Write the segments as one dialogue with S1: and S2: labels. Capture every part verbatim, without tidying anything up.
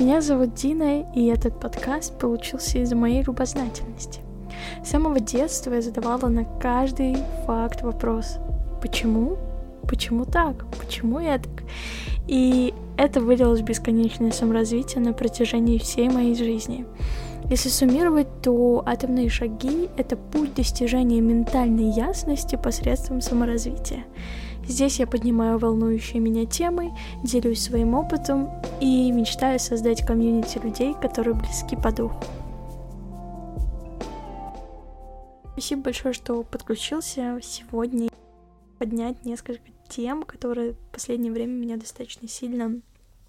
S1: Меня зовут Дина, и этот подкаст получился из-за моей любознательности. С самого детства я задавала на каждый факт вопрос: почему? Почему так? Почему я так? И это вылилось в бесконечное саморазвитие на протяжении всей моей жизни. Если суммировать, то атомные шаги — это путь достижения ментальной ясности посредством саморазвития. Здесь я поднимаю волнующие меня темы, делюсь своим опытом и мечтаю создать комьюнити людей, которые близки по духу. Спасибо большое, что подключился сегодня. Поднять несколько тем, которые в последнее время меня достаточно сильно,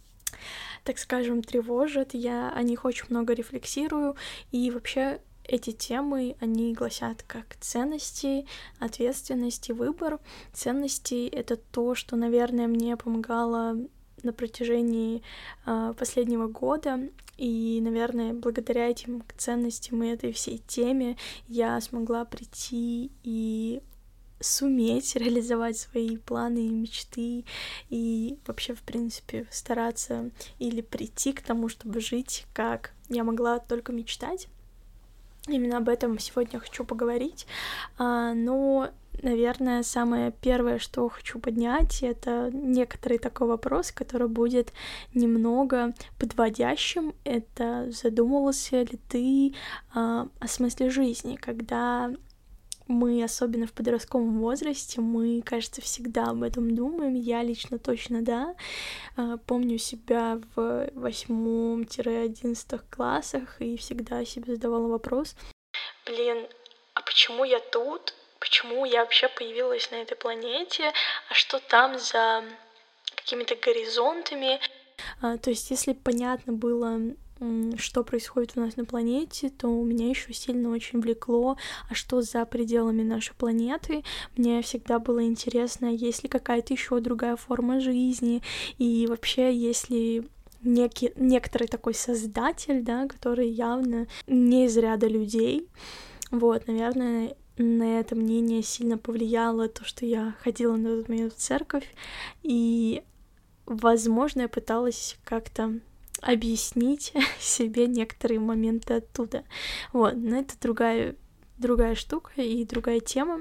S1: так скажем, тревожат. Я о них очень много рефлексирую, и вообще эти темы, они гласят как ценности, ответственность и выбор. Ценности — это то, что, наверное, мне помогало на протяжении э, последнего года, и, наверное, благодаря этим ценностям и этой всей теме я смогла прийти и суметь реализовать свои планы и мечты, и вообще, в принципе, стараться или прийти к тому, чтобы жить, как я могла только мечтать. Именно об этом сегодня хочу поговорить, а, но, наверное, самое первое, что хочу поднять, это некоторый такой вопрос, который будет немного подводящим. Это: задумывался ли ты а, о смысле жизни, когда мы, особенно в подростковом возрасте, мы, кажется, всегда об этом думаем. Я лично точно, да. Помню себя в восьмом-одиннадцатых классах и всегда себе задавала вопрос: блин, а почему я тут? Почему я вообще появилась на этой планете? А что там за какими-то горизонтами? То есть, если понятно было, что происходит у нас на планете, то меня еще сильно очень влекло, а что за пределами нашей планеты. Мне всегда было интересно, есть ли какая-то еще другая форма жизни, и вообще, есть ли некий, некоторый такой создатель, да, который явно не из ряда людей. Вот, наверное, на это мнение сильно повлияло то, что я ходила на тот момент в церковь, и, возможно, я пыталась как-то объяснить себе некоторые моменты оттуда. Вот, но это другая, другая штука и другая тема.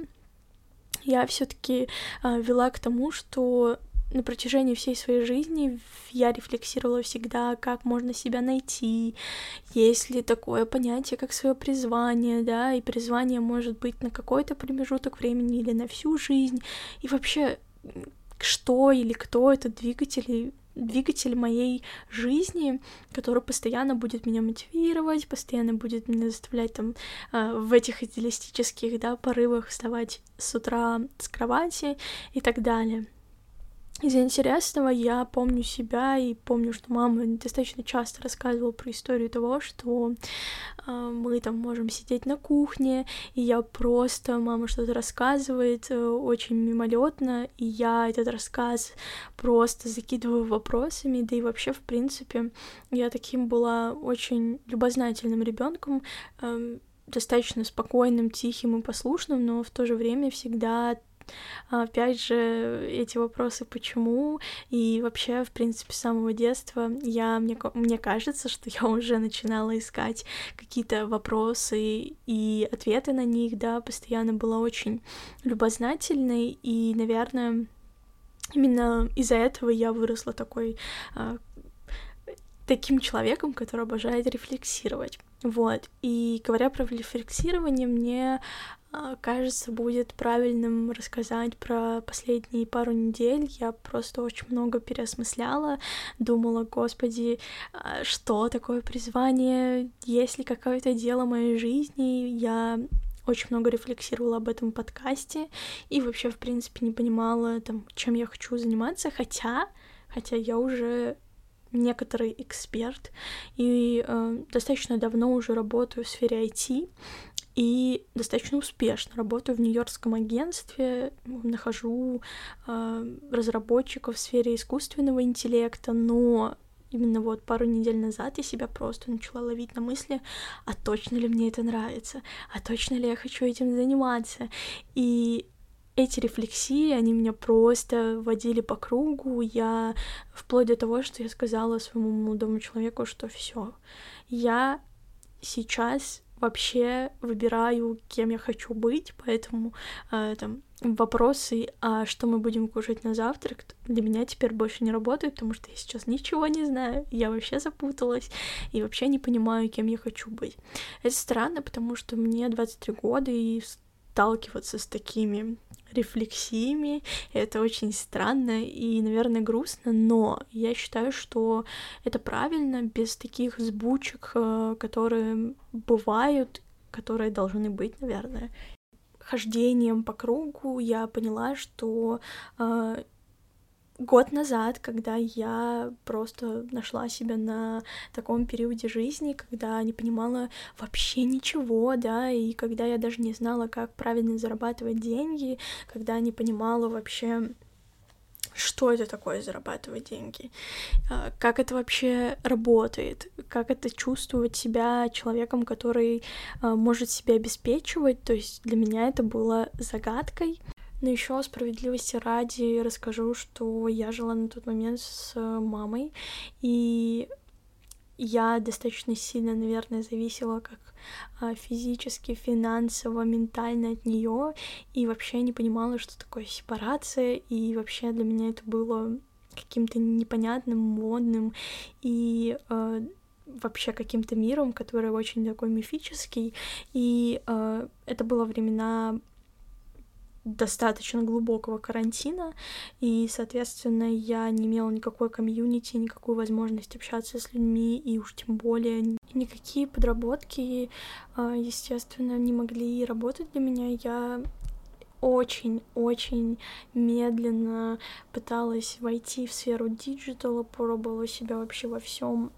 S1: Я все-таки э, вела к тому, что на протяжении всей своей жизни я рефлексировала всегда, как можно себя найти, есть ли такое понятие, как свое призвание, да, и призвание может быть на какой-то промежуток времени или на всю жизнь, и вообще, что или кто этот двигатель, двигатель моей жизни, который постоянно будет меня мотивировать, постоянно будет меня заставлять там в этих идеалистических, да, порывах вставать с утра с кровати и так далее. Из интересного я помню себя и помню, что мама достаточно часто рассказывала про историю того, что э, мы там можем сидеть на кухне, и я просто, мама что-то рассказывает э, очень мимолетно, и я этот рассказ просто закидываю вопросами, да и вообще, в принципе, я таким была очень любознательным ребенком, э, достаточно спокойным, тихим и послушным, но в то же время всегда, опять же, эти вопросы «почему?» и вообще, в принципе, с самого детства я, мне, мне кажется, что я уже начинала искать какие-то вопросы и ответы на них, да, постоянно была очень любознательной, и, наверное, именно из-за этого я выросла такой, таким человеком, который обожает рефлексировать. Вот, и говоря про рефлексирование, мне кажется, будет правильным рассказать про последние пару недель. Я просто очень много переосмысляла, думала: господи, что такое призвание, есть ли какое-то дело моей жизни. Я очень много рефлексировала об этом подкасте и вообще, в принципе, не понимала, там, чем я хочу заниматься, хотя, хотя я уже некоторый эксперт и э, достаточно давно уже работаю в сфере ай ти, и достаточно успешно работаю в нью-йоркском агентстве, нахожу э, разработчиков в сфере искусственного интеллекта, но именно вот пару недель назад я себя просто начала ловить на мысли: а точно ли мне это нравится, а точно ли я хочу этим заниматься. И эти рефлексии, они меня просто водили по кругу. Я вплоть до того, что я сказала своему молодому человеку, что все, я сейчас вообще выбираю, кем я хочу быть, поэтому э, там вопросы, а что мы будем кушать на завтрак, для меня теперь больше не работают, потому что я сейчас ничего не знаю, я вообще запуталась и вообще не понимаю, кем я хочу быть. Это странно, потому что мне двадцать три года, и сталкиваться с такими рефлексиями, это очень странно и, наверное, грустно, но я считаю, что это правильно, без таких сбучек, которые бывают, которые должны быть, наверное. Хождением по кругу я поняла, что э, год назад, когда я просто нашла себя на таком периоде жизни, когда не понимала вообще ничего, да, и когда я даже не знала, как правильно зарабатывать деньги, когда не понимала вообще, что это такое зарабатывать деньги, как это вообще работает, как это чувствовать себя человеком, который может себя обеспечивать, то есть для меня это было загадкой. Но еще справедливости ради расскажу, что я жила на тот момент с мамой, и я достаточно сильно, наверное, зависела как физически, финансово, ментально от нее, и вообще не понимала, что такое сепарация, и вообще для меня это было каким-то непонятным, модным и э, вообще каким-то миром, который очень такой мифический, и э, это было времена достаточно глубокого карантина, и, соответственно, я не имела никакой комьюнити, никакую возможность общаться с людьми, и уж тем более никакие подработки, естественно, не могли работать для меня. Я очень-очень медленно пыталась войти в сферу диджитала, пробовала себя вообще во всем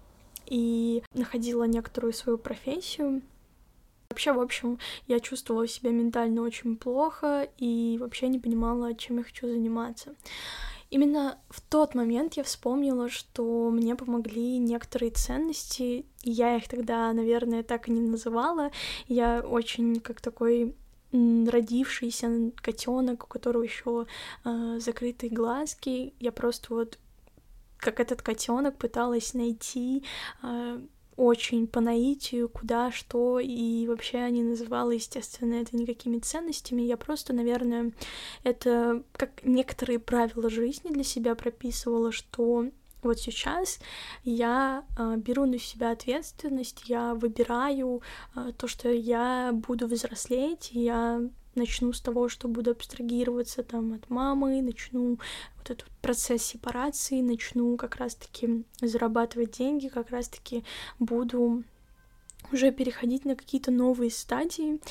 S1: и находила некоторую свою профессию. Вообще, в общем, я чувствовала себя ментально очень плохо и вообще не понимала, чем я хочу заниматься. Именно в тот момент я вспомнила, что мне помогли некоторые ценности, и я их тогда, наверное, так и не называла. Я очень как такой родившийся котенок, у которого еще э, закрытые глазки. Я просто вот как этот котенок пыталась найти э, очень по наитию, куда, что, и вообще не называла, естественно, это никакими ценностями. Я просто, наверное, это как некоторые правила жизни для себя прописывала, что вот сейчас я э, беру на себя ответственность, я выбираю э, то, что я буду взрослеть, я начну с того, что буду абстрагироваться там от мамы, начну вот этот процесс сепарации, начну как раз-таки зарабатывать деньги, как раз-таки буду уже переходить на какие-то новые стадии,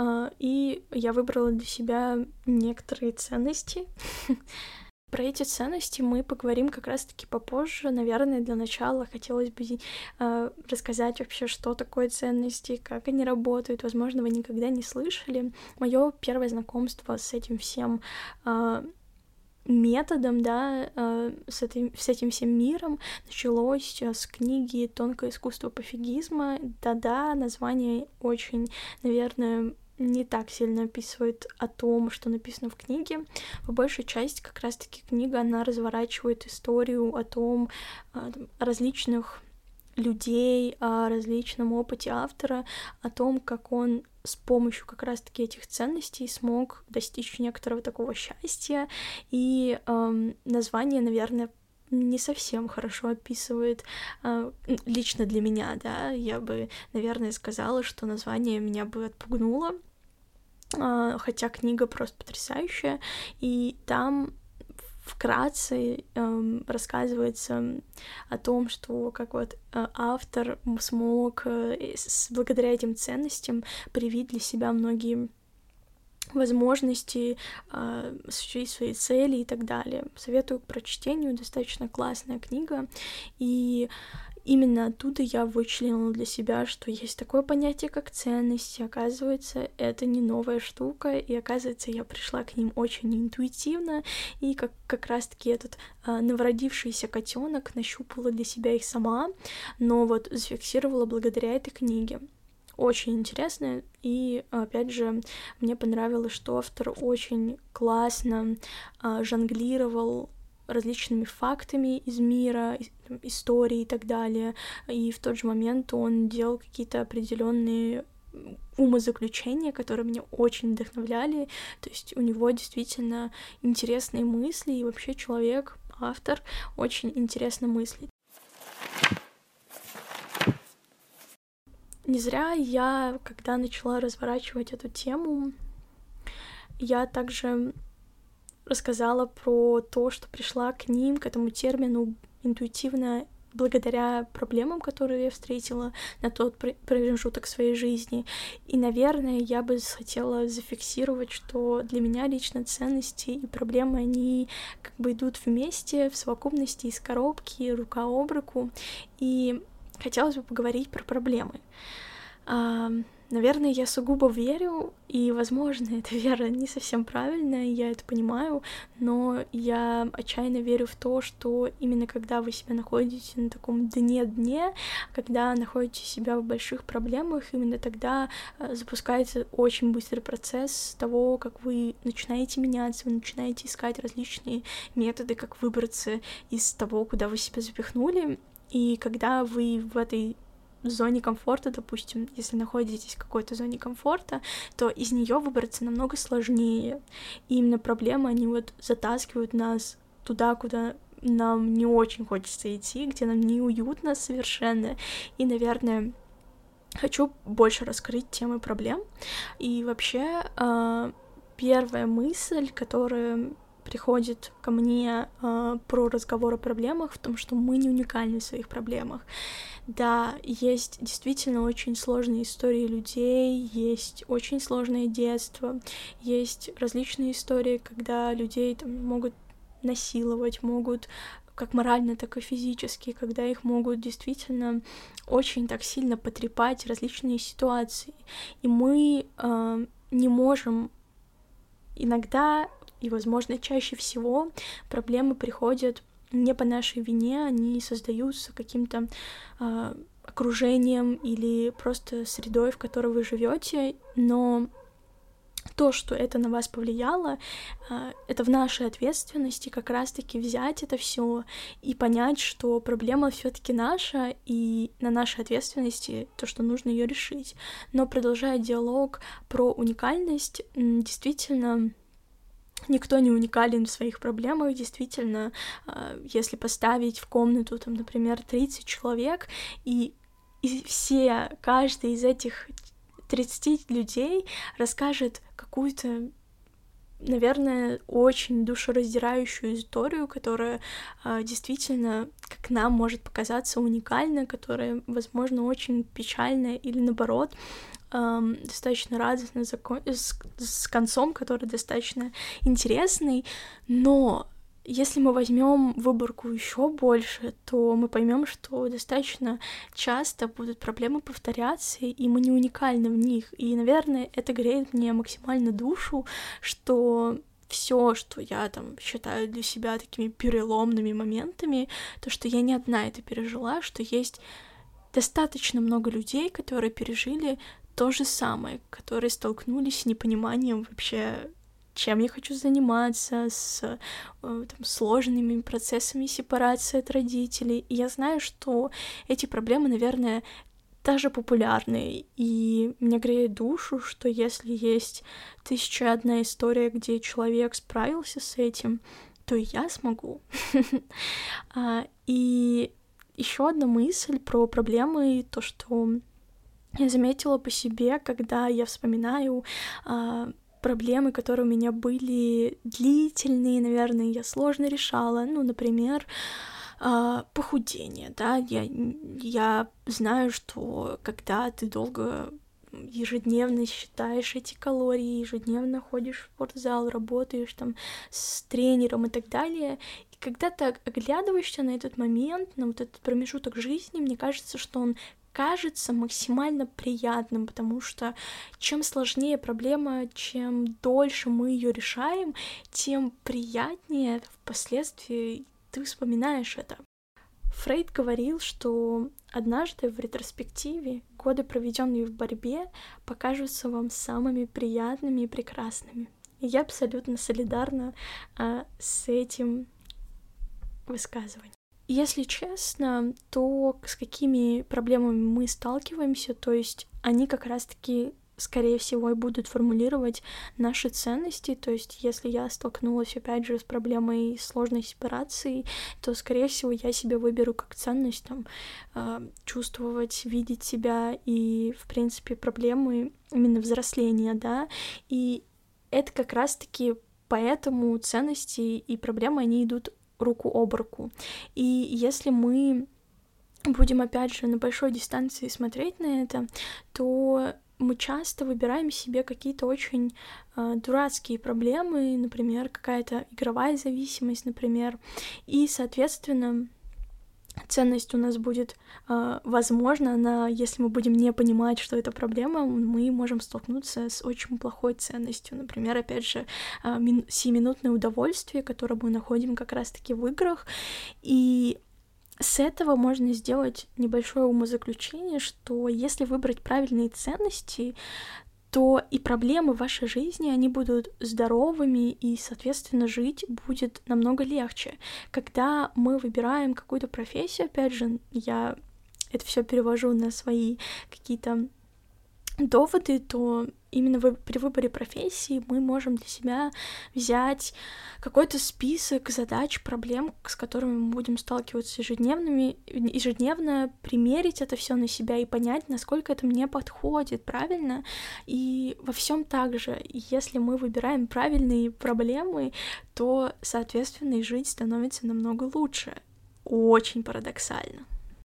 S1: и я выбрала для себя некоторые ценности. Про эти ценности мы поговорим как раз-таки попозже. Наверное, для начала хотелось бы э, рассказать вообще, что такое ценности, как они работают. Возможно, вы никогда не слышали. Мое первое знакомство с этим всем э, методом, да, э, с, этим, с этим всем миром началось с книги «Тонкое искусство пофигизма». Да-да, название очень, наверное, не так сильно описывает о том, что написано в книге. По большей части как раз-таки книга, она разворачивает историю о том, о различных людей, о различном опыте автора, о том, как он с помощью как раз-таки этих ценностей смог достичь некоторого такого счастья. И эм, название, наверное, не совсем хорошо описывает э, лично для меня, да, я бы, наверное, сказала, что название меня бы отпугнуло, э, хотя книга просто потрясающая, и там вкратце э, рассказывается о том, что как вот э, автор смог э, с, благодаря этим ценностям привить для себя многие возможности э, осуществить свои цели и так далее. Советую к прочтению, достаточно классная книга, и именно оттуда я вычленила для себя, что есть такое понятие, как ценности. Оказывается, это не новая штука, и оказывается, я пришла к ним очень интуитивно, и как, как раз-таки этот э, новородившийся котенок нащупала для себя их сама, но вот зафиксировала благодаря этой книге. очень интересная, и, опять же, мне понравилось, что автор очень классно а, жонглировал различными фактами из мира, там, истории и так далее, и в тот же момент он делал какие-то определенные умозаключения, которые меня очень вдохновляли, то есть у него действительно интересные мысли, и вообще человек, автор, очень интересно мыслит. Не зря я, когда начала разворачивать эту тему, я также рассказала про то, что пришла к ним, к этому термину интуитивно благодаря проблемам, которые я встретила на тот промежуток своей жизни. И, наверное, я бы хотела зафиксировать, что для меня лично ценности и проблемы, они как бы идут вместе, в совокупности, из коробки, рука об руку. И хотелось бы поговорить про проблемы. Uh, наверное, я сугубо верю, и, возможно, эта вера не совсем правильная, я это понимаю, но я отчаянно верю в то, что именно когда вы себя находите на таком дне-дне, когда находите себя в больших проблемах, именно тогда uh, запускается очень быстрый процесс того, как вы начинаете меняться, вы начинаете искать различные методы, как выбраться из того, куда вы себя запихнули, и когда вы в этой в зоне комфорта, допустим, если находитесь в какой-то зоне комфорта, то из нее выбраться намного сложнее. И именно проблемы, они вот затаскивают нас туда, куда нам не очень хочется идти, где нам неуютно совершенно. И, наверное, хочу больше раскрыть темы проблем. И вообще, первая мысль, которая приходит ко мне э, про разговор о проблемах, в том, что мы не уникальны в своих проблемах. Да, есть действительно очень сложные истории людей, есть очень сложное детство, есть различные истории, когда людей там могут насиловать, могут как морально, так и физически, когда их могут действительно очень так сильно потрепать различные ситуации. И мы э, не можем иногда, и, возможно, чаще всего проблемы приходят не по нашей вине, они создаются каким-то э, окружением или просто средой, в которой вы живете, но то, что это на вас повлияло, э, это в нашей ответственности как раз-таки взять это все и понять, что проблема все-таки наша, и на нашей ответственности то, что нужно ее решить. Но продолжая диалог про уникальность, действительно, никто не уникален в своих проблемах, действительно, если поставить в комнату, там, например, тридцать человек, и, и все, каждый из этих тридцати людей расскажет какую-то, наверное, очень душераздирающую историю, которая э, действительно, как нам может показаться, уникальна, которая, возможно, очень печальная или, наоборот, эм, достаточно радостно закон... с, с концом, который достаточно интересный, но если мы возьмем выборку еще больше, то мы поймем, что достаточно часто будут проблемы повторяться, и мы не уникальны в них. И, наверное, это греет мне максимально душу, что все, что я там считаю для себя такими переломными моментами, то, что я не одна это пережила, что есть достаточно много людей, которые пережили то же самое, которые столкнулись с непониманием вообще, чем я хочу заниматься, с там, сложными процессами сепарации от родителей. И я знаю, что эти проблемы, наверное, даже популярны. И мне греет душу, что если есть тысяча и одна история, где человек справился с этим, то и я смогу. И еще одна мысль про проблемы, то, что я заметила по себе, когда я вспоминаю проблемы, которые у меня были длительные, наверное, я сложно решала. Ну, например, похудение, да, я, я знаю, что когда ты долго ежедневно считаешь эти калории, ежедневно ходишь в спортзал, работаешь там с тренером и так далее, и когда ты оглядываешься на этот момент, на вот этот промежуток жизни, мне кажется, что он кажется максимально приятным, потому что чем сложнее проблема, чем дольше мы ее решаем, тем приятнее впоследствии ты вспоминаешь это. Фрейд говорил, что однажды в ретроспективе годы, проведенные в борьбе, покажутся вам самыми приятными и прекрасными. И я абсолютно солидарна а, с этим высказыванием. Если честно, то с какими проблемами мы сталкиваемся, то есть они как раз-таки, скорее всего, и будут формулировать наши ценности, то есть если я столкнулась, опять же, с проблемой сложной сепарации, то, скорее всего, я себе выберу как ценность там чувствовать, видеть себя и, в принципе, проблемы именно взросления, да, и это как раз-таки поэтому ценности и проблемы, они идут руку об руку. И если мы будем, опять же, на большой дистанции смотреть на это, то мы часто выбираем себе какие-то очень э, дурацкие проблемы, например, какая-то игровая зависимость, например, и, соответственно, ценность у нас будет, э, возможно, она, если мы будем не понимать, что это проблема, мы можем столкнуться с очень плохой ценностью. Например, опять же, э, мин- сиюминутное удовольствие, которое мы находим как раз-таки в играх, и с этого можно сделать небольшое умозаключение, что если выбрать правильные ценности, то и проблемы в вашей жизни, они будут здоровыми, и, соответственно, жить будет намного легче. Когда мы выбираем какую-то профессию, опять же, я это все перевожу на свои какие-то доводы, то именно вы, при выборе профессии мы можем для себя взять какой-то список задач, проблем, с которыми мы будем сталкиваться ежедневными, ежедневно, примерить это все на себя и понять, насколько это мне подходит, правильно? И во всем так же, если мы выбираем правильные проблемы, то, соответственно, и жить становится намного лучше. Очень парадоксально.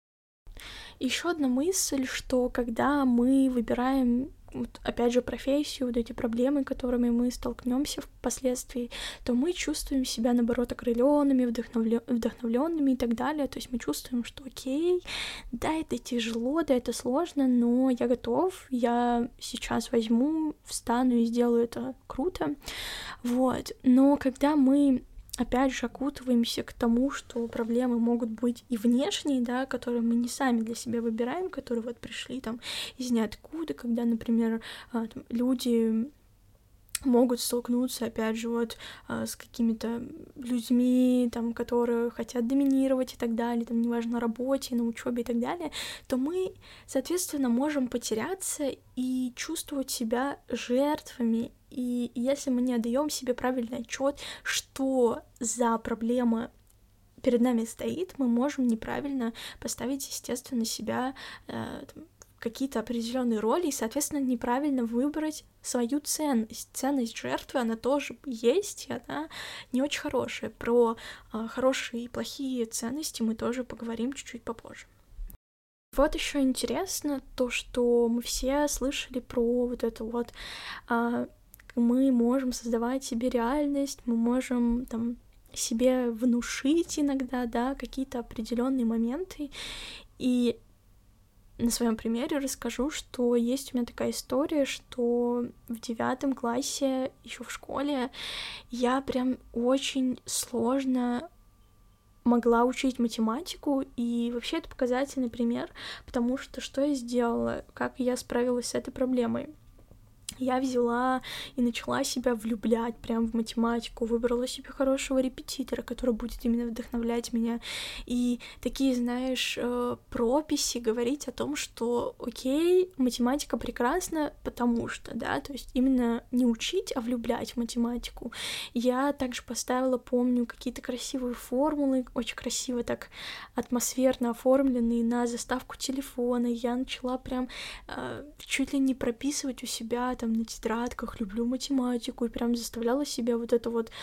S1: Еще одна мысль, что когда мы выбираем, вот, опять же, профессию, вот эти проблемы, которыми мы столкнемся впоследствии, то мы чувствуем себя, наоборот, окрыленными, вдохновле... вдохновленными и так далее. То есть мы чувствуем, что окей, да, это тяжело, да, это сложно, но я готов, я сейчас возьму, встану и сделаю это круто. Вот. Но когда мы опять же, окутываемся к тому, что проблемы могут быть и внешние, да, которые мы не сами для себя выбираем, которые вот пришли там из ниоткуда, когда, например, там, люди могут столкнуться, опять же, вот с какими-то людьми, там, которые хотят доминировать и так далее, там, неважно, на работе, на учебе и так далее, то мы, соответственно, можем потеряться и чувствовать себя жертвами. И если мы не отдаем себе правильный отчет, что за проблема перед нами стоит, мы можем неправильно поставить, естественно, себя э, там, какие-то определенные роли и, соответственно, неправильно выбрать свою ценность. Ценность жертвы, она тоже есть, и она не очень хорошая. Про э, хорошие и плохие ценности мы тоже поговорим чуть-чуть попозже. Вот еще интересно то, что мы все слышали про вот это вот, э, мы можем создавать себе реальность, мы можем там себе внушить иногда, да, какие-то определенные моменты, и на своем примере расскажу, что есть у меня такая история, что в девятом классе, еще в школе, я прям очень сложно могла учить математику, и вообще это показательный пример, потому что что я сделала, как я справилась с этой проблемой. Я взяла и начала себя влюблять прям в математику, выбрала себе хорошего репетитора, который будет именно вдохновлять меня. И такие, знаешь, прописи говорить о том, что окей, математика прекрасна, потому что, да, то есть именно не учить, а влюблять в математику. Я также поставила, помню, какие-то красивые формулы, очень красиво так атмосферно оформленные на заставку телефона. Я начала прям э, чуть ли не прописывать у себя там на тетрадках, люблю математику, и прям заставляла себя вот это вот,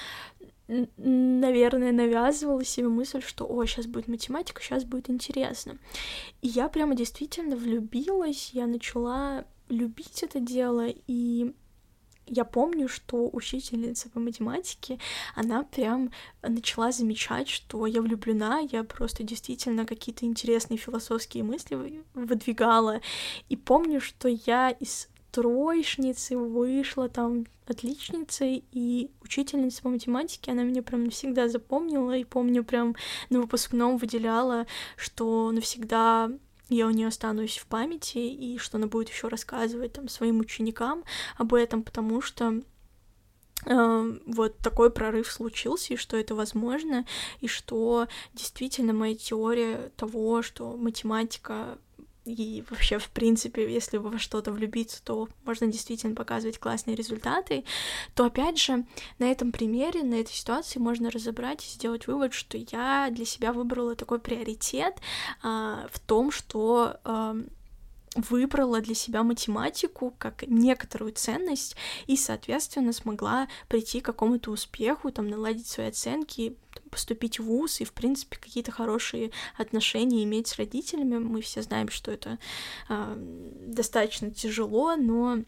S1: наверное, навязывала себе мысль, что, о, сейчас будет математика, сейчас будет интересно. И я прямо действительно влюбилась, я начала любить это дело, и я помню, что учительница по математике, она прям начала замечать, что я влюблена, я просто действительно какие-то интересные философские мысли выдвигала, и помню, что я из троечницей вышла там отличницей, и учительница по математике, она меня прям навсегда запомнила, и помню, прям на выпускном выделяла, что навсегда я у нее останусь в памяти, и что она будет еще рассказывать там своим ученикам об этом, потому что э, вот такой прорыв случился, и что это возможно, и что действительно моя теория того, что математика и вообще, в принципе, если во что-то влюбиться, то можно действительно показывать классные результаты, то, опять же, на этом примере, на этой ситуации можно разобрать и сделать вывод, что я для себя выбрала такой приоритет а, в том, что а, выбрала для себя математику как некоторую ценность и, соответственно, смогла прийти к какому-то успеху, там, наладить свои оценки, поступить в вуз и, в принципе, какие-то хорошие отношения иметь с родителями. Мы все знаем, что это э, достаточно тяжело, но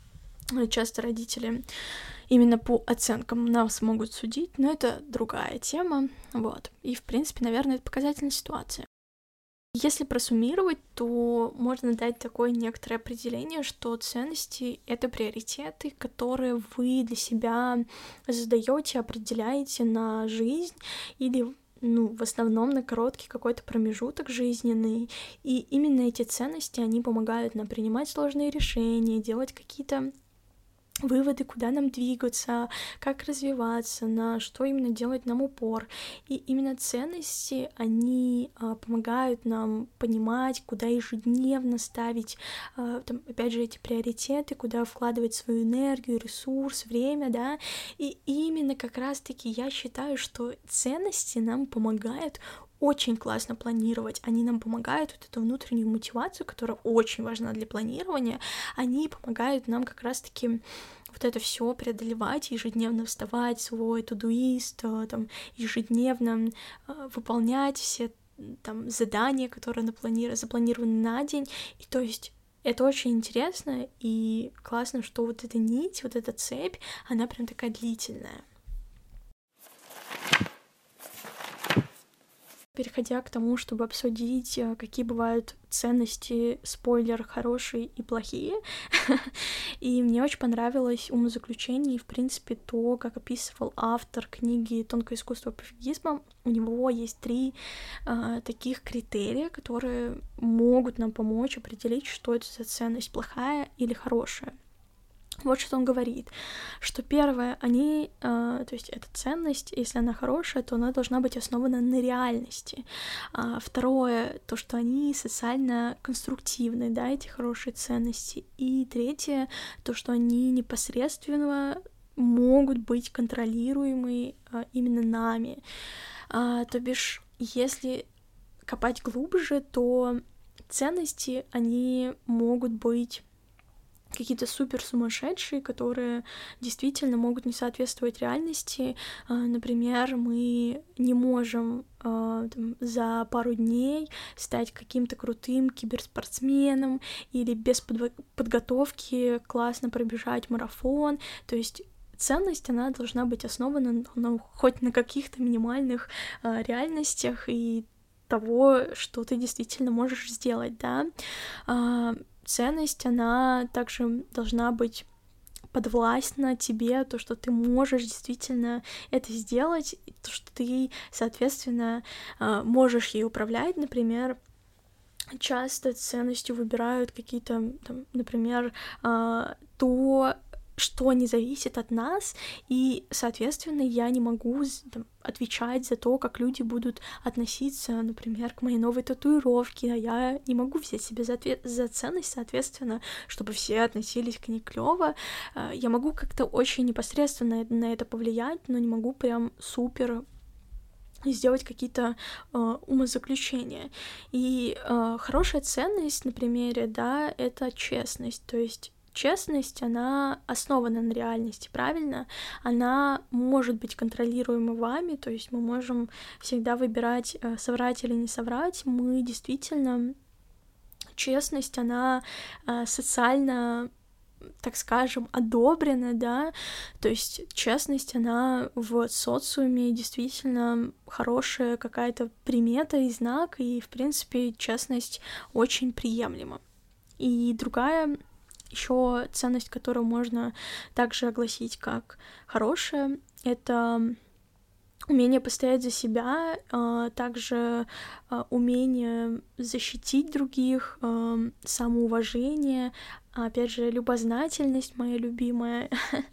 S1: часто родители именно по оценкам нас могут судить, но это другая тема, вот. И, в принципе, наверное, это показательная ситуация. Если просуммировать, то можно дать такое некоторое определение, что ценности — это приоритеты, которые вы для себя задаете, определяете на жизнь или, ну, в основном на короткий какой-то промежуток жизненный. И именно эти ценности, они помогают нам принимать сложные решения, делать какие-то выводы, куда нам двигаться, как развиваться, на что именно делать нам упор. И именно ценности, они а, помогают нам понимать, куда ежедневно ставить, а, там, опять же, эти приоритеты, куда вкладывать свою энергию, ресурс, время, да. И именно как раз-таки я считаю, что ценности нам помогают очень классно планировать, они нам помогают вот эту внутреннюю мотивацию, которая очень важна для планирования, они помогают нам как раз-таки вот это все преодолевать, ежедневно вставать, свой тудуист, там, ежедневно э, выполнять все там задания, которые наплани... запланированы на день, и то есть это очень интересно и классно, что вот эта нить, вот эта цепь, она прям такая длительная. Переходя к тому, чтобы обсудить, какие бывают ценности, спойлер, хорошие и плохие, и мне очень понравилось умозаключение и, в принципе, то, как описывал автор книги «Тонкое искусство пофигизма». У него есть три э, таких критерия, которые могут нам помочь определить, что это за ценность, плохая или хорошая. Вот что он говорит, что первое, они, э, то есть эта ценность, если она хорошая, то она должна быть основана на реальности. А второе, то, что они социально конструктивны, да, эти хорошие ценности. И третье, то, что они непосредственно могут быть контролируемы э, именно нами. А, то бишь, если копать глубже, то ценности, они могут быть какие-то супер сумасшедшие, которые действительно могут не соответствовать реальности. Например, мы не можем там, за пару дней стать каким-то крутым киберспортсменом или без подво- подготовки классно пробежать марафон. То есть ценность, она должна быть основана ну, хоть на каких-то минимальных а, реальностях и того, что ты действительно можешь сделать, да. А, ценность, она также должна быть подвластна тебе, то, что ты можешь действительно это сделать, то, что ты, соответственно, можешь ей управлять, например. Часто ценностью выбирают какие-то, там, например, то, что не зависит от нас, и, соответственно, я не могу там, отвечать за то, как люди будут относиться, например, к моей новой татуировке, а я не могу взять себе за, ответ... за ценность, соответственно, чтобы все относились к ней клёво. Я могу как-то очень непосредственно на это повлиять, но не могу прям супер сделать какие-то э, умозаключения. И э, хорошая ценность на примере, да, это честность, то есть честность, она основана на реальности, правильно? Она может быть контролируема вами, то есть мы можем всегда выбирать, э, соврать или не соврать. Мы действительно... Честность, она э, социально, так скажем, одобрена, да, то есть честность, она в социуме действительно хорошая какая-то примета и знак, и, в принципе, честность очень приемлема. И другая Еще ценность, которую можно также огласить как хорошая, это умение постоять за себя, а, также а, умение защитить других, а, самоуважение, опять же, любознательность моя любимая,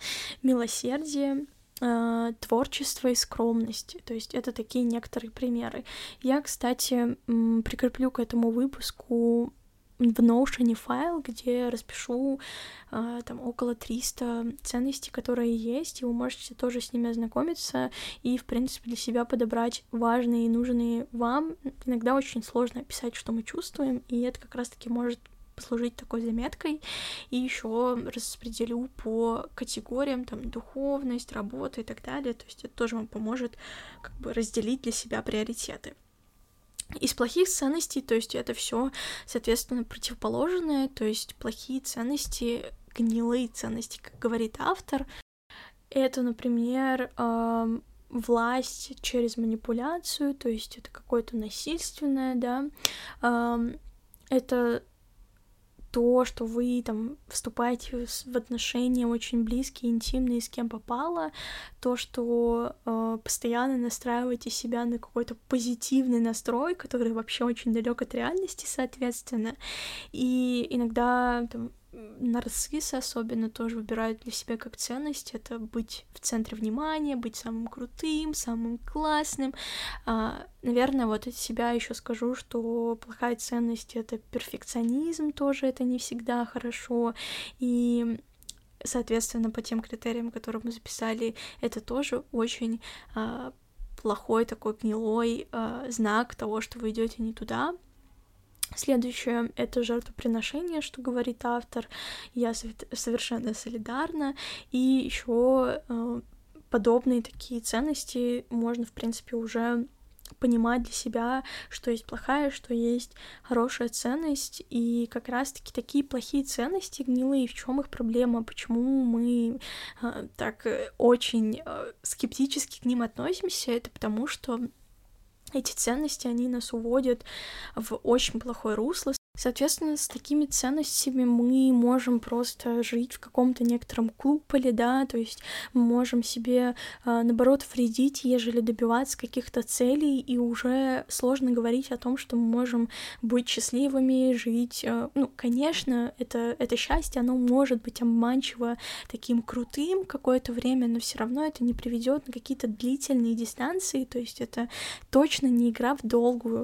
S1: милосердие, а, творчество и скромность. То есть это такие некоторые примеры. Я, кстати, м, прикреплю к этому выпуску в Notion файл, где распишу а, там около триста ценностей, которые есть, и вы можете тоже с ними ознакомиться и, в принципе, для себя подобрать важные и нужные вам. Иногда очень сложно описать, что мы чувствуем, и это как раз-таки может послужить такой заметкой. И еще распределю по категориям, там, духовность, работа и так далее. То есть это тоже вам поможет как бы разделить для себя приоритеты. Из плохих ценностей, то есть это все, соответственно, противоположное, то есть плохие ценности, гнилые ценности, как говорит автор, это, например, эм, власть через манипуляцию, то есть это какое-то насильственное, да, эм, это то, что вы там вступаете в отношения очень близкие, интимные, с кем попало, то, что э, постоянно настраиваете себя на какой-то позитивный настрой, который вообще очень далек от реальности, соответственно. И иногда там нарциссы особенно тоже выбирают для себя как ценность это быть в центре внимания, быть самым крутым, самым классным. А, наверное, вот от себя еще скажу, что плохая ценность — это перфекционизм, тоже это не всегда хорошо, и соответственно, по тем критериям, которые мы записали, это тоже очень а, плохой такой гнилой а, знак того, что вы идете не туда. Следующее — это жертвоприношение, что говорит автор. Я совершенно солидарна. И еще э, подобные такие ценности можно, в принципе, уже понимать для себя, что есть плохая, что есть хорошая ценность. И как раз-таки такие плохие ценности, гнилые, в чем их проблема, почему мы э, так очень э, скептически к ним относимся, это потому что эти ценности, они нас уводят в очень плохое русло. Соответственно, с такими ценностями мы можем просто жить в каком-то некотором куполе, да, то есть мы можем себе, наоборот, вредить, ежели добиваться каких-то целей, и уже сложно говорить о том, что мы можем быть счастливыми, жить. Ну, конечно, это, это счастье, оно может быть обманчиво таким крутым какое-то время, но все равно это не приведет на какие-то длительные дистанции, то есть это точно не игра в долгую.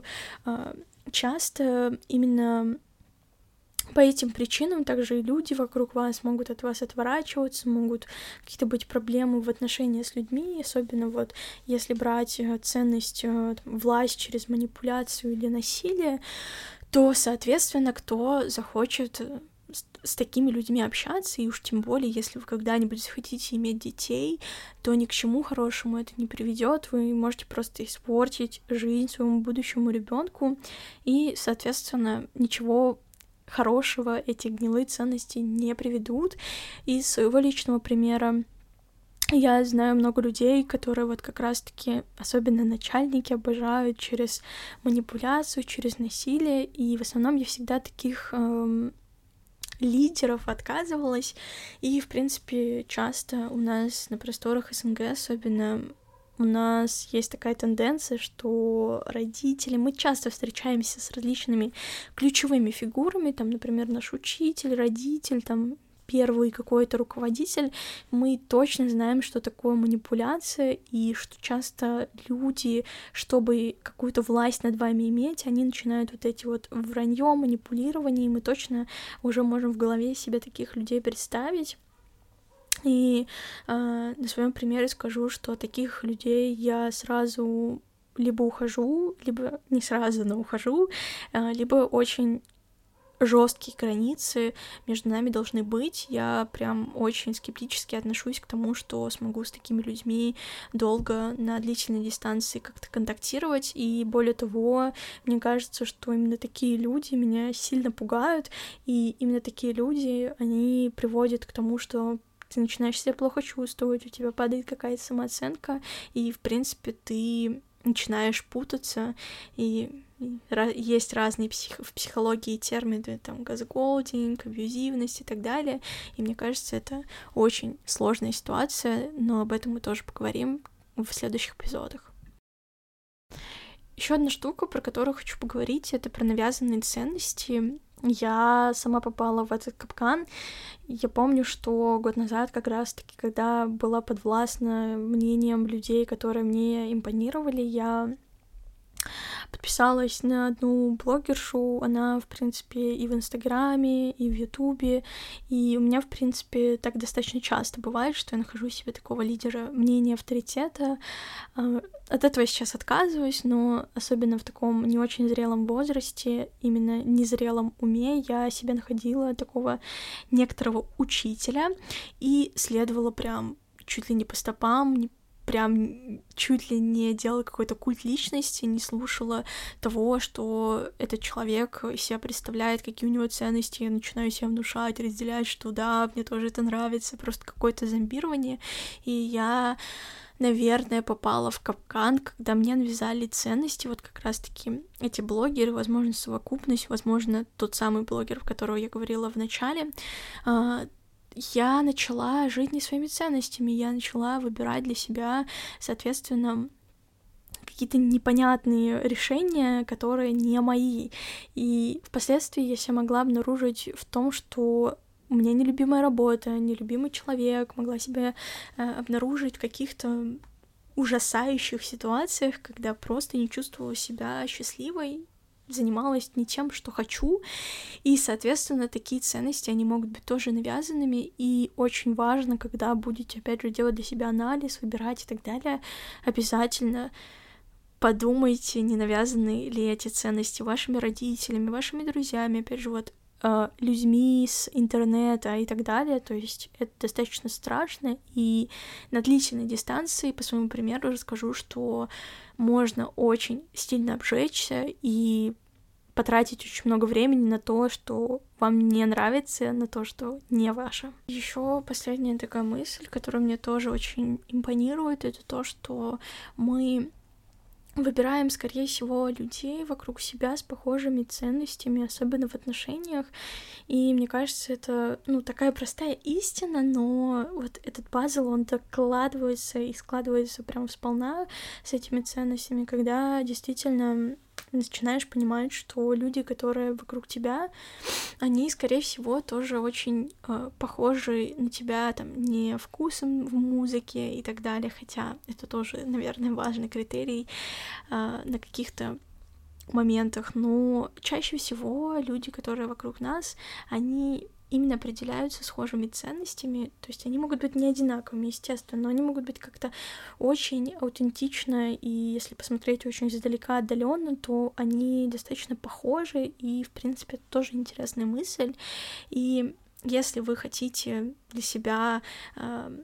S1: Часто именно по этим причинам также и люди вокруг вас могут от вас отворачиваться, могут какие-то быть проблемы в отношениях с людьми, особенно вот если брать ценность, власть через манипуляцию или насилие, то, соответственно, кто захочет с, с такими людьми общаться, и уж тем более, если вы когда-нибудь захотите иметь детей, то ни к чему хорошему это не приведет. Вы можете просто испортить жизнь своему будущему ребенку, и, соответственно, ничего хорошего эти гнилые ценности не приведут. Из своего личного примера я знаю много людей, которые вот как раз-таки, особенно начальники, обожают через манипуляцию, через насилие, и в основном я всегда таких эм, лидеров отказывалась, и, в принципе, часто у нас на просторах СНГ особенно у нас есть такая тенденция, что родители, мы часто встречаемся с различными ключевыми фигурами, там, например, наш учитель, родитель, там, первый какой-то руководитель, мы точно знаем, что такое манипуляция, и что часто люди, чтобы какую-то власть над вами иметь, они начинают вот эти вот вранье, манипулирование, и мы точно уже можем в голове себе таких людей представить. И э, на своем примере скажу, что таких людей я сразу либо ухожу, либо не сразу, но ухожу, э, либо очень жесткие границы между нами должны быть. Я прям очень скептически отношусь к тому, что смогу с такими людьми долго на длительной дистанции как-то контактировать, и более того, мне кажется, что именно такие люди меня сильно пугают, и именно такие люди, они приводят к тому, что ты начинаешь себя плохо чувствовать, у тебя падает какая-то самооценка, и, в принципе, ты начинаешь путаться, и есть разные псих... в психологии термины, там, газголдинг, абьюзивность и так далее, и мне кажется, это очень сложная ситуация, но об этом мы тоже поговорим в следующих эпизодах. Еще одна штука, про которую хочу поговорить, это про навязанные ценности. Я сама попала в этот капкан. Я помню, что год назад, как раз-таки, когда была подвластна мнением людей, которые мне импонировали, я подписалась на одну блогершу, она, в принципе, и в Инстаграме, и в Ютубе, и у меня, в принципе, так достаточно часто бывает, что я нахожу себе такого лидера мнения, авторитета. От этого я сейчас отказываюсь, но особенно в таком не очень зрелом возрасте, именно незрелом уме, я себе находила такого некоторого учителя и следовала прям чуть ли не по стопам, прям чуть ли не делала какой-то культ личности, не слушала того, что этот человек из себя представляет, какие у него ценности, я начинаю себя внушать, разделять, что да, мне тоже это нравится, просто какое-то зомбирование, и я, наверное, попала в капкан, когда мне навязали ценности, вот как раз-таки эти блогеры, возможно, совокупность, возможно, тот самый блогер, про которого я говорила в начале, я начала жить не своими ценностями, я начала выбирать для себя, соответственно, какие-то непонятные решения, которые не мои. И впоследствии я себя могла обнаружить в том, что у меня нелюбимая работа, нелюбимый человек, могла себя э, обнаружить в каких-то ужасающих ситуациях, когда просто не чувствовала себя счастливой, занималась не тем, что хочу, и, соответственно, такие ценности, они могут быть тоже навязанными, и очень важно, когда будете, опять же, делать для себя анализ, выбирать и так далее, обязательно подумайте, не навязаны ли эти ценности вашими родителями, вашими друзьями, опять же, вот, людьми с интернета и так далее, то есть это достаточно страшно, и на длительной дистанции, по своему примеру, расскажу, что можно очень сильно обжечься и потратить очень много времени на то, что вам не нравится, на то, что не ваше. Еще последняя такая мысль, которая мне тоже очень импонирует, это то, что мы выбираем, скорее всего, людей вокруг себя с похожими ценностями, особенно в отношениях. И мне кажется, это, ну, такая простая истина, но вот этот пазл, он докладывается и складывается прям сполна с этими ценностями, когда действительно начинаешь понимать, что люди, которые вокруг тебя, они, скорее всего, тоже очень э, похожи на тебя, там, не вкусом в музыке и так далее, хотя это тоже, наверное, важный критерий э, на каких-то моментах, но чаще всего люди, которые вокруг нас, они именно определяются схожими ценностями, то есть они могут быть не одинаковыми, естественно, но они могут быть как-то очень аутентично, и если посмотреть очень издалека, отдаленно, то они достаточно похожи, и, в принципе, это тоже интересная мысль, и если вы хотите для себя э,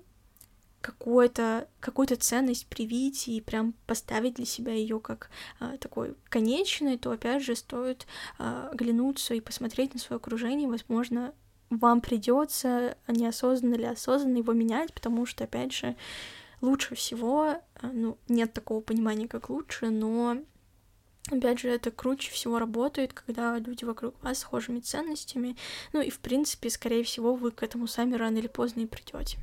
S1: какую-то какую-то ценность привить и прям поставить для себя ее как а, такой конечной, то опять же стоит а, оглянуться и посмотреть на свое окружение. Возможно, вам придется неосознанно или осознанно его менять, потому что, опять же, лучше всего, а, ну, нет такого понимания, как лучше, но опять же, это круче всего работает, когда люди вокруг вас схожими ценностями, ну и, в принципе, скорее всего, вы к этому сами рано или поздно и придете.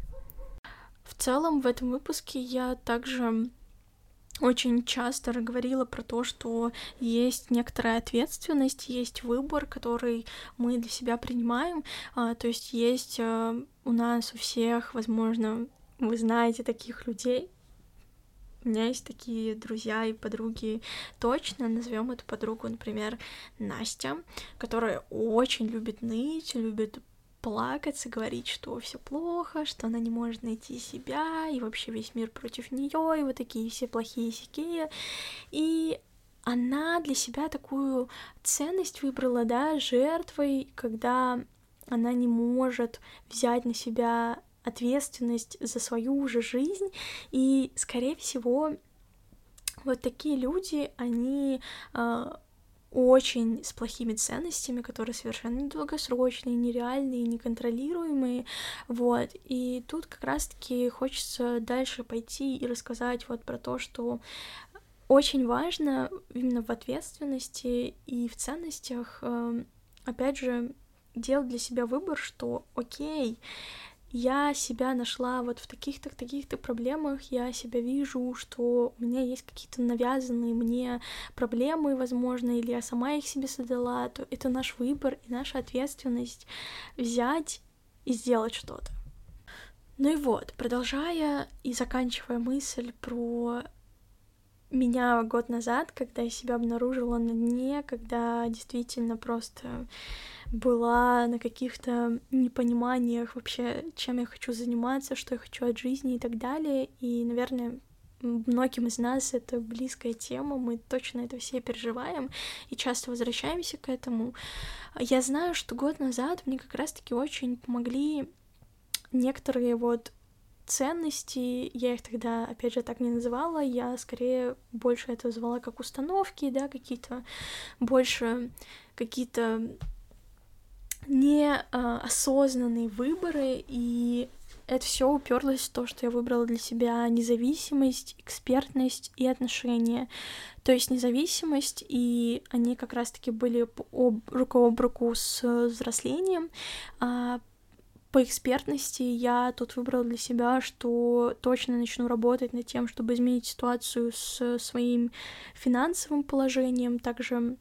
S1: В целом, в этом выпуске я также очень часто говорила про то, что есть некоторая ответственность, есть выбор, который мы для себя принимаем, а, то есть есть а, у нас у всех, возможно, вы знаете таких людей. У меня есть такие друзья и подруги, точно, назовем эту подругу, например, Настя, которая очень любит ныть, любит плакаться, говорить, что все плохо, что она не может найти себя, и вообще весь мир против нее, и вот такие все плохие сякие. И она для себя такую ценность выбрала, да, жертвой, когда она не может взять на себя ответственность за свою же жизнь, и, скорее всего, вот такие люди, они э, очень с плохими ценностями, которые совершенно недолгосрочные, нереальные, неконтролируемые, вот, и тут как раз-таки хочется дальше пойти и рассказать вот про то, что очень важно именно в ответственности и в ценностях, э, опять же, делать для себя выбор, что окей, я себя нашла вот в таких-то, таких-то проблемах, я себя вижу, что у меня есть какие-то навязанные мне проблемы, возможно, или я сама их себе создала, то это наш выбор и наша ответственность взять и сделать что-то. Ну и вот, продолжая и заканчивая мысль про меня год назад, когда я себя обнаружила на дне, когда действительно просто была на каких-то непониманиях вообще, чем я хочу заниматься, что я хочу от жизни и так далее. И, наверное, многим из нас это близкая тема, мы точно это все переживаем и часто возвращаемся к этому. Я знаю, что год назад мне как раз-таки очень помогли некоторые вот ценности, я их тогда, опять же, так не называла, я скорее больше это звала как установки, да, какие-то больше какие-то неосознанные выборы, и это все уперлось в то, что я выбрала для себя независимость, экспертность и отношения. То есть независимость, и они как раз-таки были об, рука об руку с взрослением. А по экспертности я тут выбрала для себя, что точно начну работать над тем, чтобы изменить ситуацию с своим финансовым положением, также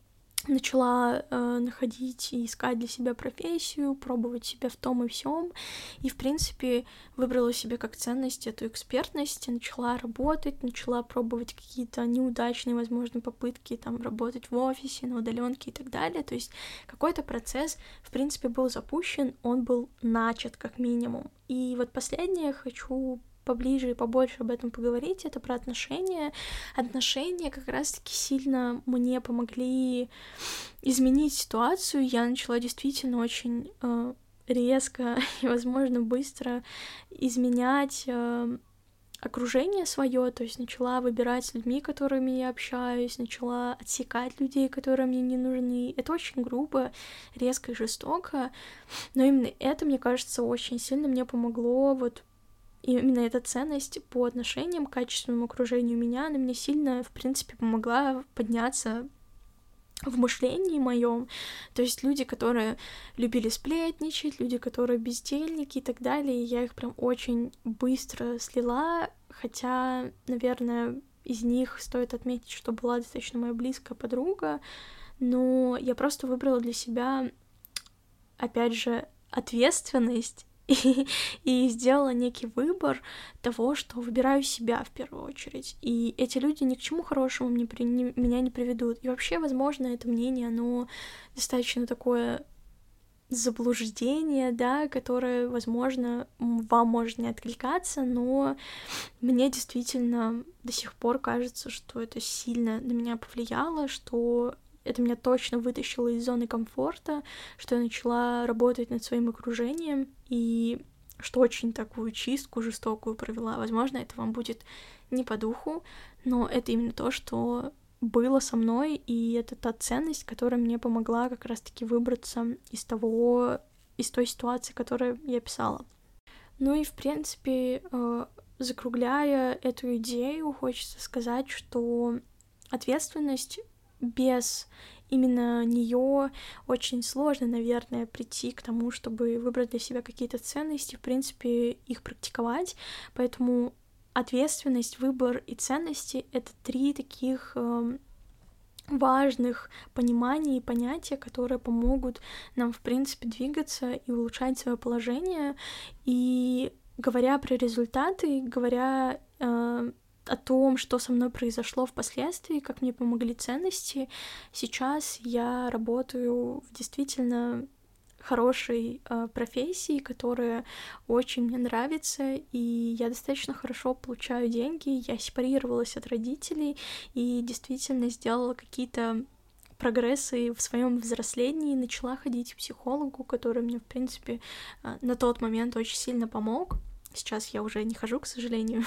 S1: начала э, находить и искать для себя профессию, пробовать себя в том и всем, и, в принципе, выбрала себе как ценность эту экспертность, начала работать, начала пробовать какие-то неудачные, возможно, попытки там работать в офисе, на удаленке и так далее, то есть какой-то процесс, в принципе, был запущен, он был начат как минимум. И вот последнее хочу поближе и побольше об этом поговорить, это про отношения. Отношения как раз-таки сильно мне помогли изменить ситуацию. Я начала действительно очень э, резко и, возможно, быстро изменять э, окружение свое, то есть начала выбирать с людьми, с которыми я общаюсь, начала отсекать людей, которые мне не нужны. Это очень грубо, резко и жестоко, но именно это, мне кажется, очень сильно мне помогло вот. И именно эта ценность по отношениям к качественному окружению меня, она мне сильно, в принципе, помогла подняться в мышлении моем. То есть люди, которые любили сплетничать, люди, которые бездельники и так далее, я их прям очень быстро слила, хотя, наверное, из них стоит отметить, что была достаточно моя близкая подруга, но я просто выбрала для себя, опять же, ответственность И, и сделала некий выбор того, что выбираю себя в первую очередь. И эти люди ни к чему хорошему мне, при, не, меня не приведут. И вообще, возможно, это мнение, оно достаточно такое заблуждение, да, которое, возможно, вам может не откликаться, но мне действительно до сих пор кажется, что это сильно на меня повлияло, что это меня точно вытащило из зоны комфорта, что я начала работать над своим окружением, и что очень такую чистку жестокую провела. Возможно, это вам будет не по духу, но это именно то, что было со мной, и это та ценность, которая мне помогла как раз-таки выбраться из того, из той ситуации, которую я писала. Ну и, в принципе, закругляя эту идею, хочется сказать, что ответственность без именно нее очень сложно, наверное, прийти к тому, чтобы выбрать для себя какие-то ценности, в принципе, их практиковать. Поэтому ответственность, выбор и ценности — это три таких э, важных понимания и понятия, которые помогут нам, в принципе, двигаться и улучшать свое положение. И говоря про результаты, говоря э, о том, что со мной произошло впоследствии, как мне помогли ценности, сейчас я работаю в действительно хорошей э, профессии, которая очень мне нравится, и я достаточно хорошо получаю деньги, я сепарировалась от родителей и действительно сделала какие-то прогрессы в своем взрослении, начала ходить к психологу, который мне, в принципе, э, на тот момент очень сильно помог. Сейчас я уже не хожу, к сожалению.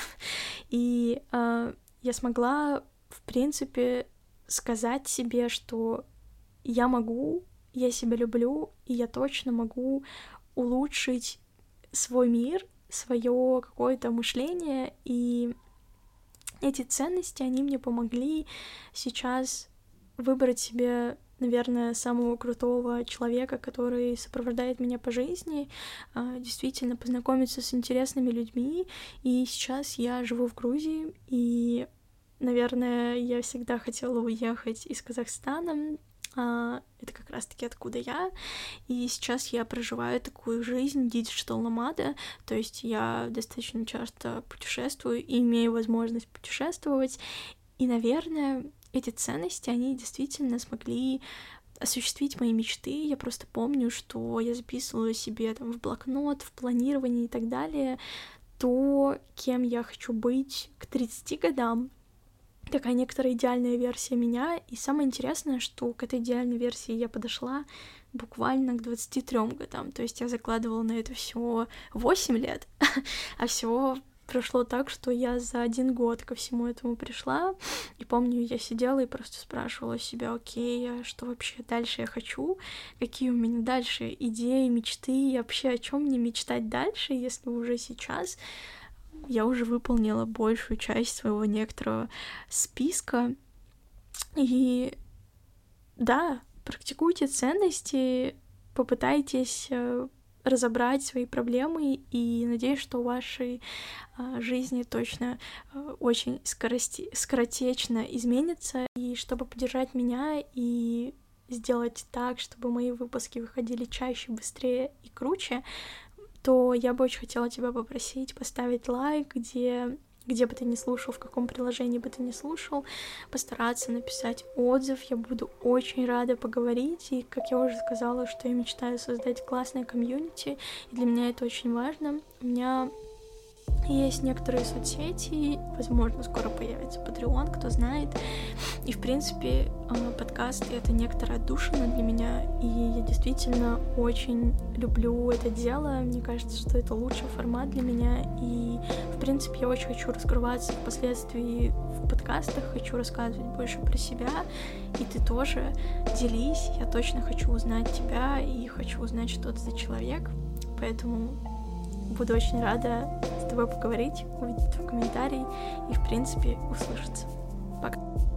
S1: И э, я смогла, в принципе, сказать себе, что я могу, я себя люблю, и я точно могу улучшить свой мир, свое какое-то мышление и эти ценности, они мне помогли сейчас выбрать себе, наверное, самого крутого человека, который сопровождает меня по жизни, действительно познакомиться с интересными людьми. И сейчас я живу в Грузии, и, наверное, я всегда хотела уехать из Казахстана. Это как раз-таки откуда я. И сейчас я проживаю такую жизнь диджитал-номада, то есть я достаточно часто путешествую и имею возможность путешествовать. И, наверное, эти ценности, они действительно смогли осуществить мои мечты. Я просто помню, что я записывала себе там в блокнот, в планировании и так далее то, кем я хочу быть к тридцати годам. Такая некоторая идеальная версия меня. И самое интересное, что к этой идеальной версии я подошла буквально к двадцати трём годам. То есть я закладывала на это всего восемь лет, а всего прошло так, что я за один год ко всему этому пришла. И помню, я сидела и просто спрашивала себя: окей, а что вообще дальше я хочу? Какие у меня дальше идеи, мечты? И вообще, о чем мне мечтать дальше, если уже сейчас я уже выполнила большую часть своего некоторого списка. И да, практикуйте ценности, попытайтесь разобрать свои проблемы, и надеюсь, что в вашей а, жизни точно а, очень скорости... скоротечно изменится. И чтобы поддержать меня и сделать так, чтобы мои выпуски выходили чаще, быстрее и круче, то я бы очень хотела тебя попросить поставить лайк, где... где бы ты ни слушал, в каком приложении бы ты ни слушал, постараться написать отзыв. Я буду очень рада поговорить. И, как я уже сказала, что я мечтаю создать классное комьюнити, и для меня это очень важно. У меня есть некоторые соцсети, возможно, скоро появится Patreon, кто знает. И, в принципе, подкасты — это некоторая отдушина для меня, и я действительно очень люблю это дело. Мне кажется, что это лучший формат для меня, и, в принципе, я очень хочу раскрываться впоследствии в подкастах, хочу рассказывать больше про себя, и ты тоже делись. Я точно хочу узнать тебя и хочу узнать, что ты за человек, поэтому буду очень рада с тобой поговорить, увидеть твой комментарий и, в принципе, услышаться. Пока.